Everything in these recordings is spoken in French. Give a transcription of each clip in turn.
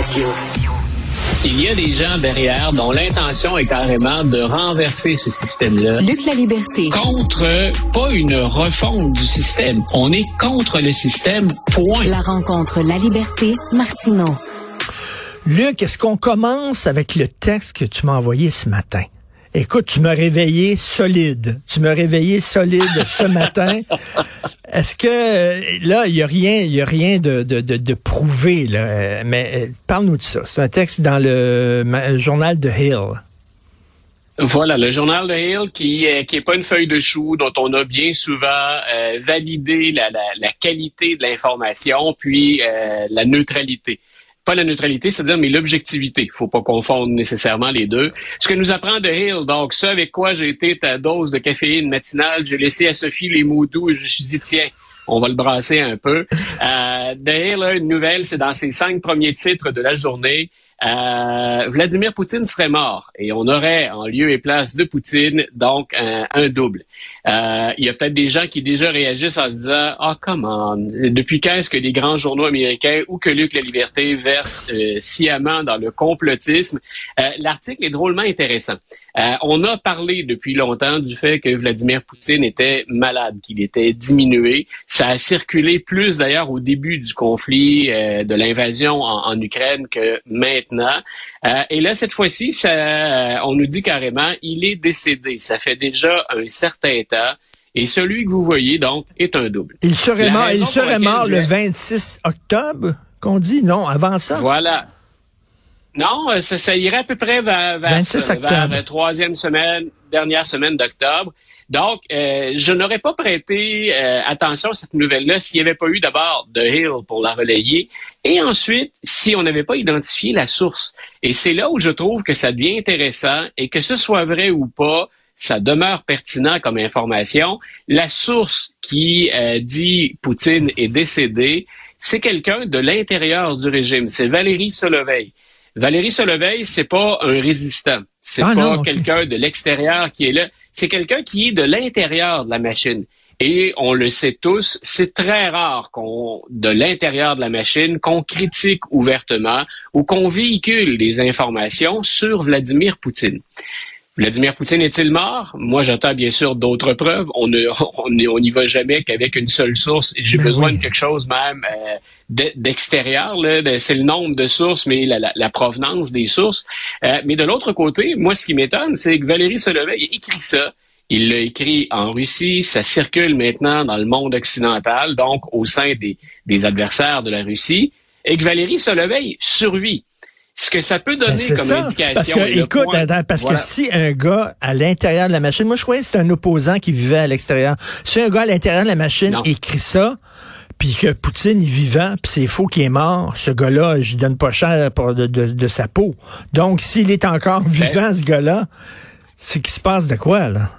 Radio. Il y a des gens derrière dont l'intention est carrément de renverser ce système-là. Luc La Liberté. Contre, pas une refonte du système. On est contre le système, point. La rencontre La Liberté, Martineau. Luc, est-ce qu'on commence avec le texte que tu m'as envoyé ce matin? Écoute, tu m'as réveillé solide. Ce matin. Est-ce que là, il y a rien de prouvé là, mais parle-nous de ça. C'est un texte dans le journal de Hill. Voilà, le journal de Hill qui est pas une feuille de chou dont on a bien souvent validé la qualité de l'information puis la neutralité. Pas la neutralité, c'est-à-dire, mais l'objectivité. Il faut pas confondre nécessairement les deux. Ce que nous apprend The Hill, donc, ce avec quoi j'ai été ta dose de caféine matinale, j'ai laissé à Sophie les mots doux et je me suis dit, tiens, on va le brasser un peu. The Hill a une nouvelle, c'est dans ses 5 premiers titres de la journée. Vladimir Poutine serait mort et on aurait en lieu et place de Poutine donc un double. Il y a peut-être des gens qui déjà réagissent en se disant come on, depuis quand est-ce que les grands journaux américains ou que Luc La Liberté verse sciemment dans le complotisme? L'article est drôlement intéressant. On a parlé depuis longtemps du fait que Vladimir Poutine était malade, qu'il était diminué. Ça a circulé plus d'ailleurs au début du conflit de l'invasion en Ukraine que maintenant. Et là, cette fois-ci, on nous dit carrément, il est décédé. Ça fait déjà un certain temps. Et celui que vous voyez, donc, est un double. Il serait mort le 26 octobre, qu'on dit? Non, avant ça? Voilà. Non, ça irait à peu près vers la troisième semaine, dernière semaine d'octobre. Donc, je n'aurais pas prêté attention à cette nouvelle-là s'il n'y avait pas eu d'abord The Hill pour la relayer, et ensuite, si on n'avait pas identifié la source. Et c'est là où je trouve que ça devient intéressant, et que ce soit vrai ou pas, ça demeure pertinent comme information. La source qui dit Poutine est décédé, c'est quelqu'un de l'intérieur du régime. C'est Valérie Solovey. Valérie Solovey, c'est pas un résistant. C'est quelqu'un de l'extérieur qui est là. C'est quelqu'un qui est de l'intérieur de la machine. Et on le sait tous, c'est très rare de l'intérieur de la machine, qu'on critique ouvertement ou qu'on véhicule des informations sur Vladimir Poutine. Vladimir Poutine est-il mort? Moi, j'attends bien sûr d'autres preuves. On n'y va jamais qu'avec une seule source. J'ai besoin de quelque chose même d'extérieur. C'est le nombre de sources, mais la provenance des sources. Mais de l'autre côté, moi, ce qui m'étonne, c'est que Valérie Solovey écrit ça. Il l'a écrit en Russie. Ça circule maintenant dans le monde occidental, donc au sein des adversaires de la Russie. Et que Valérie Solovey survit. Ce que ça peut donner comme indication. Parce que, écoute, que si un gars à l'intérieur de la machine, moi je croyais que c'était un opposant qui vivait à l'extérieur. Si un gars à l'intérieur de la machine écrit ça, puis que Poutine est vivant, puis c'est faux qu'il est mort, ce gars-là, je lui donne pas cher de sa peau. Donc, s'il est encore vivant, ce gars-là, c'est qu'il se passe de quoi, là?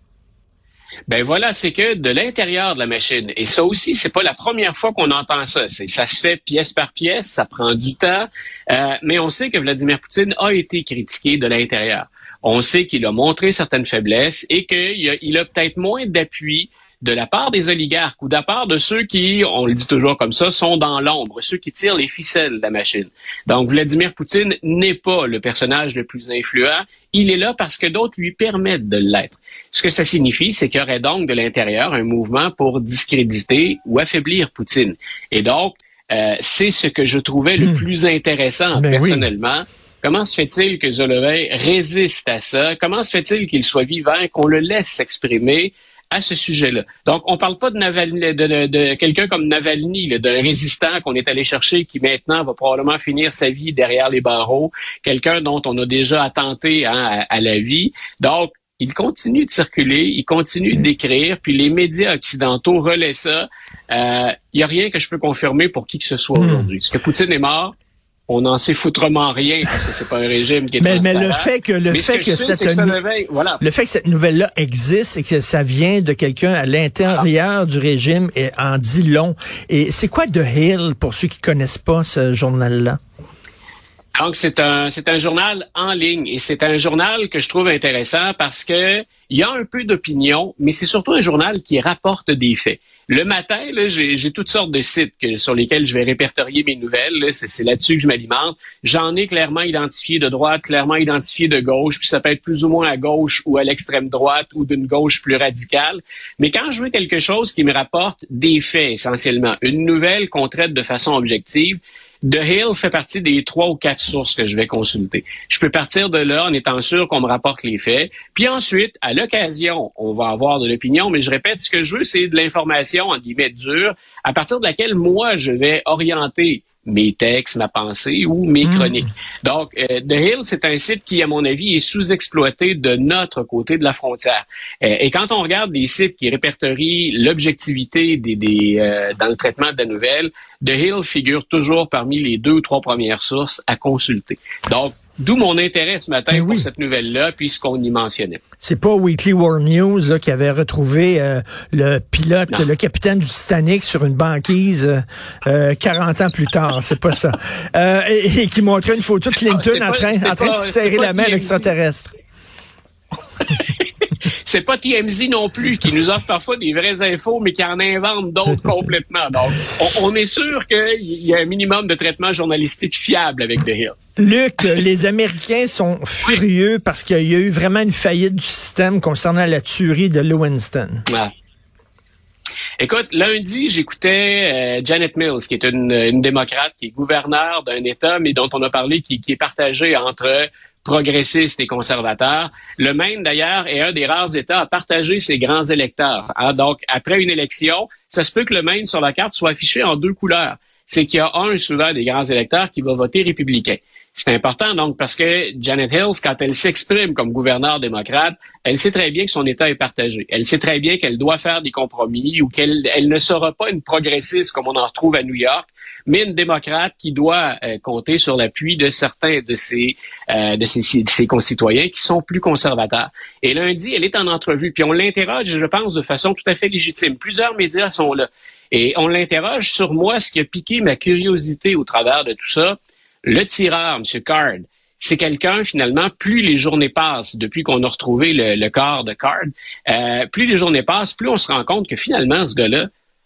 Ben voilà, c'est que de l'intérieur de la machine, et ça aussi, c'est pas la première fois qu'on entend ça. Ça se fait pièce par pièce, ça prend du temps, mais on sait que Vladimir Poutine a été critiqué de l'intérieur. On sait qu'il a montré certaines faiblesses et qu'il a peut-être moins d'appui de la part des oligarques ou de la part de ceux qui, on le dit toujours comme ça, sont dans l'ombre, ceux qui tirent les ficelles de la machine. Donc, Vladimir Poutine n'est pas le personnage le plus influent. Il est là parce que d'autres lui permettent de l'être. Ce que ça signifie, c'est qu'il y aurait donc de l'intérieur un mouvement pour discréditer ou affaiblir Poutine. Et donc, c'est ce que je trouvais le plus intéressant personnellement. Oui. Comment se fait-il que Solovey résiste à ça? Comment se fait-il qu'il soit vivant, qu'on le laisse s'exprimer à ce sujet-là? Donc, on parle pas de quelqu'un comme Navalny, d'un résistant qu'on est allé chercher qui maintenant va probablement finir sa vie derrière les barreaux, quelqu'un dont on a déjà attenté à la vie. Donc, il continue de circuler, il continue d'écrire, puis les médias occidentaux relaient ça. Il y a rien que je peux confirmer pour qui que ce soit aujourd'hui. Est-ce que Poutine est mort? On n'en sait foutrement rien parce que c'est pas un régime qui est mais le fait que cette nouvelle-là existe et que ça vient de quelqu'un à l'intérieur du régime en dit long. Et c'est quoi The Hill pour ceux qui connaissent pas ce journal-là? Donc c'est un journal en ligne et c'est un journal que je trouve intéressant parce que il y a un peu d'opinion, mais c'est surtout un journal qui rapporte des faits. Le matin, là, j'ai toutes sortes de sites sur lesquels je vais répertorier mes nouvelles. Là. C'est là-dessus que je m'alimente. J'en ai clairement identifié de droite, clairement identifié de gauche, puis ça peut être plus ou moins à gauche ou à l'extrême droite ou d'une gauche plus radicale. Mais quand je veux quelque chose qui me rapporte des faits essentiellement, une nouvelle qu'on traite de façon objective, The Hill fait partie des 3 ou 4 sources que je vais consulter. Je peux partir de là en étant sûr qu'on me rapporte les faits. Puis ensuite, à l'occasion, on va avoir de l'opinion, mais je répète, ce que je veux, c'est de l'information, en guillemets, dure, à partir de laquelle moi, je vais orienter mes textes, ma pensée ou mes chroniques. Donc, The Hill, c'est un site qui, à mon avis, est sous-exploité de notre côté de la frontière. Et quand on regarde des sites qui répertorient l'objectivité dans le traitement de la nouvelle, The Hill figure toujours parmi les 2 ou 3 premières sources à consulter. Donc, d'où mon intérêt ce matin pour cette nouvelle-là, puisqu'on y mentionnait. C'est pas Weekly World News là, qui avait retrouvé le pilote, le capitaine du Titanic sur une banquise 40 ans plus tard. C'est pas ça. Et qui montrait une photo de Clinton en train de se serrer la main à l'extraterrestre. C'est pas TMZ non plus qui nous offre parfois des vraies infos, mais qui en invente d'autres complètement. Donc, on est sûr qu'il y a un minimum de traitement journalistique fiable avec The Hill. Luc, les Américains sont furieux parce qu'il y a eu vraiment une faillite du système concernant la tuerie de Lewiston. Ouais. Écoute, lundi, j'écoutais Janet Mills, qui est une démocrate, qui est gouverneure d'un État, mais dont on a parlé, qui est partagé entre progressistes et conservateurs. Le Maine, d'ailleurs, est un des rares États à partager ses grands électeurs. Hein? Donc, après une élection, ça se peut que le Maine, sur la carte, soit affiché en 2 couleurs. C'est qu'il y a souvent des grands électeurs qui va voter républicain. C'est important, donc, parce que Janet Hills, quand elle s'exprime comme gouverneure démocrate, elle sait très bien que son État est partagé. Elle sait très bien qu'elle doit faire des compromis ou qu'elle ne sera pas une progressiste comme on en retrouve à New York, mais une démocrate qui doit compter sur l'appui de certains de ses concitoyens qui sont plus conservateurs. Et lundi, elle est en entrevue, puis on l'interroge, je pense, de façon tout à fait légitime. Plusieurs médias sont là. Et on l'interroge sur moi, ce qui a piqué ma curiosité au travers de tout ça. Le tireur, M. Card, c'est quelqu'un, finalement, plus les journées passent, depuis qu'on a retrouvé le corps de Card, plus les journées passent, plus on se rend compte que finalement, ce gars-là,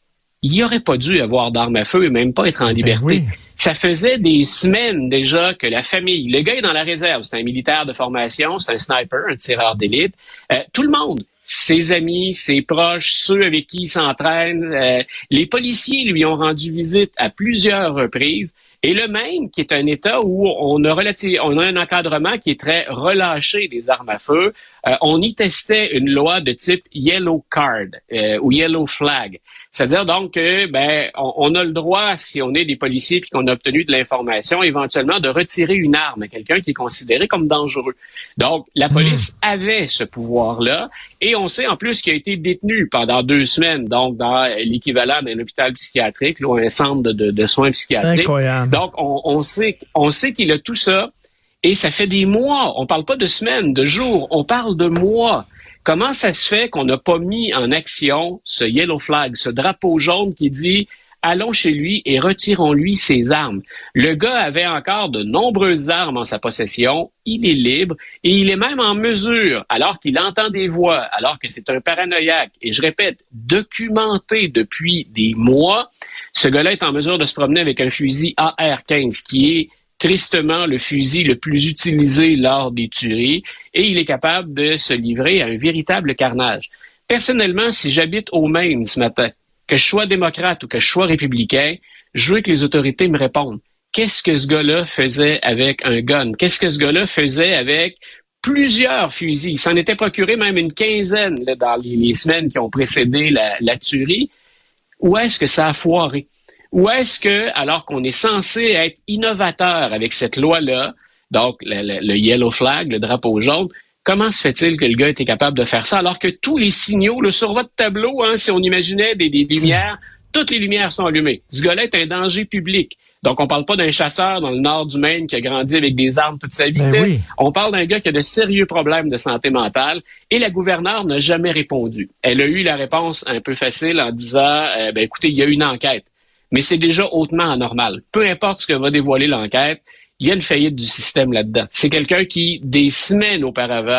il n'aurait pas dû avoir d'arme à feu et même pas être en liberté. Oui. Ça faisait des semaines déjà que la famille, le gars est dans la réserve, c'est un militaire de formation, c'est un sniper, un tireur d'élite, tout le monde, ses amis, ses proches, ceux avec qui il s'entraîne, les policiers lui ont rendu visite à plusieurs reprises. Et le Maine, qui est un État où on a un encadrement qui est très relâché des armes à feu, on y testait une loi de type Yellow Card ou Yellow Flag. C'est-à-dire donc que on a le droit, si on est des policiers puis qu'on a obtenu de l'information, éventuellement de retirer une arme à quelqu'un qui est considéré comme dangereux. Donc, la police avait ce pouvoir-là et on sait en plus qu'il a été détenu pendant 2 semaines, donc dans l'équivalent d'un hôpital psychiatrique ou un centre de soins psychiatriques. Incroyable. Donc, on sait qu'il a tout ça et ça fait des mois. On parle pas de semaines, de jours, on parle de mois. Comment ça se fait qu'on n'a pas mis en action ce yellow flag, ce drapeau jaune qui dit « Allons chez lui et retirons-lui ses armes ». Le gars avait encore de nombreuses armes en sa possession, il est libre et il est même en mesure, alors qu'il entend des voix, alors que c'est un paranoïaque, et je répète, documenté depuis des mois, ce gars-là est en mesure de se promener avec un fusil AR-15 qui est tristement le fusil le plus utilisé lors des tueries, et il est capable de se livrer à un véritable carnage. Personnellement, si j'habite au Maine ce matin, que je sois démocrate ou que je sois républicain, je veux que les autorités me répondent. Qu'est-ce que ce gars-là faisait avec un gun? Qu'est-ce que ce gars-là faisait avec plusieurs fusils? Il s'en était procuré même une quinzaine là, dans les semaines qui ont précédé la tuerie. Où est-ce que ça a foiré? Ou est-ce que, alors qu'on est censé être innovateur avec cette loi-là, donc le yellow flag, le drapeau jaune, comment se fait-il que le gars était capable de faire ça alors que tous les signaux, là, sur votre tableau, hein, si on imaginait des lumières, toutes les lumières sont allumées. Ce gars-là est un danger public. Donc, on parle pas d'un chasseur dans le nord du Maine qui a grandi avec des armes toute sa vie. Oui. On parle d'un gars qui a de sérieux problèmes de santé mentale et la gouverneure n'a jamais répondu. Elle a eu la réponse un peu facile en disant, écoutez, il y a une enquête. Mais c'est déjà hautement anormal. Peu importe ce que va dévoiler l'enquête, il y a une faillite du système là-dedans. C'est quelqu'un qui, des semaines auparavant,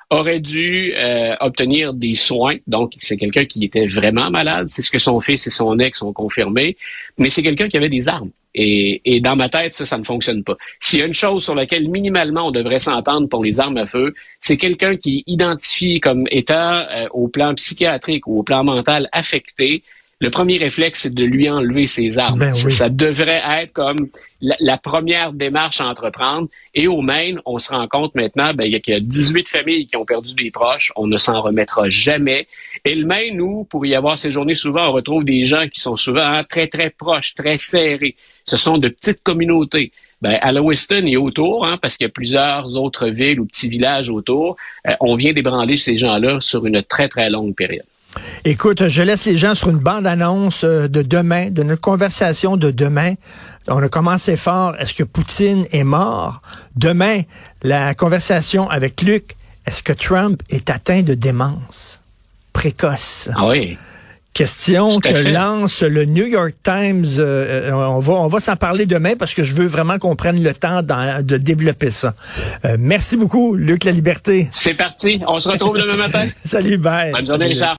aurait dû obtenir des soins. Donc, c'est quelqu'un qui était vraiment malade. C'est ce que son fils et son ex ont confirmé. Mais c'est quelqu'un qui avait des armes. Et dans ma tête, ça ne fonctionne pas. S'il y a une chose sur laquelle minimalement on devrait s'entendre pour les armes à feu, c'est quelqu'un qui est identifié comme étant au plan psychiatrique ou au plan mental affecté. Le premier réflexe, c'est de lui enlever ses armes. Ben oui. Ça devrait être comme la première démarche à entreprendre. Et au Maine, on se rend compte maintenant qu'il y a 18 familles qui ont perdu des proches. On ne s'en remettra jamais. Et le Maine, où, pour y avoir séjourné souvent, on retrouve des gens qui sont souvent très, très proches, très serrés. Ce sont de petites communautés. À Lewiston et autour, parce qu'il y a plusieurs autres villes ou petits villages autour, on vient d'ébranler ces gens-là sur une très, très longue période. Écoute, je laisse les gens sur une bande-annonce de demain, de notre conversation de demain. On a commencé fort. Est-ce que Poutine est mort? Demain, la conversation avec Luc. Est-ce que Trump est atteint de démence précoce? Ah oui. Question que lance le New York Times. On va s'en parler demain parce que je veux vraiment qu'on prenne le temps de développer ça. Merci beaucoup, Luc La Liberté. C'est parti. On se retrouve demain matin. Salut, bye. Bonne journée, Richard.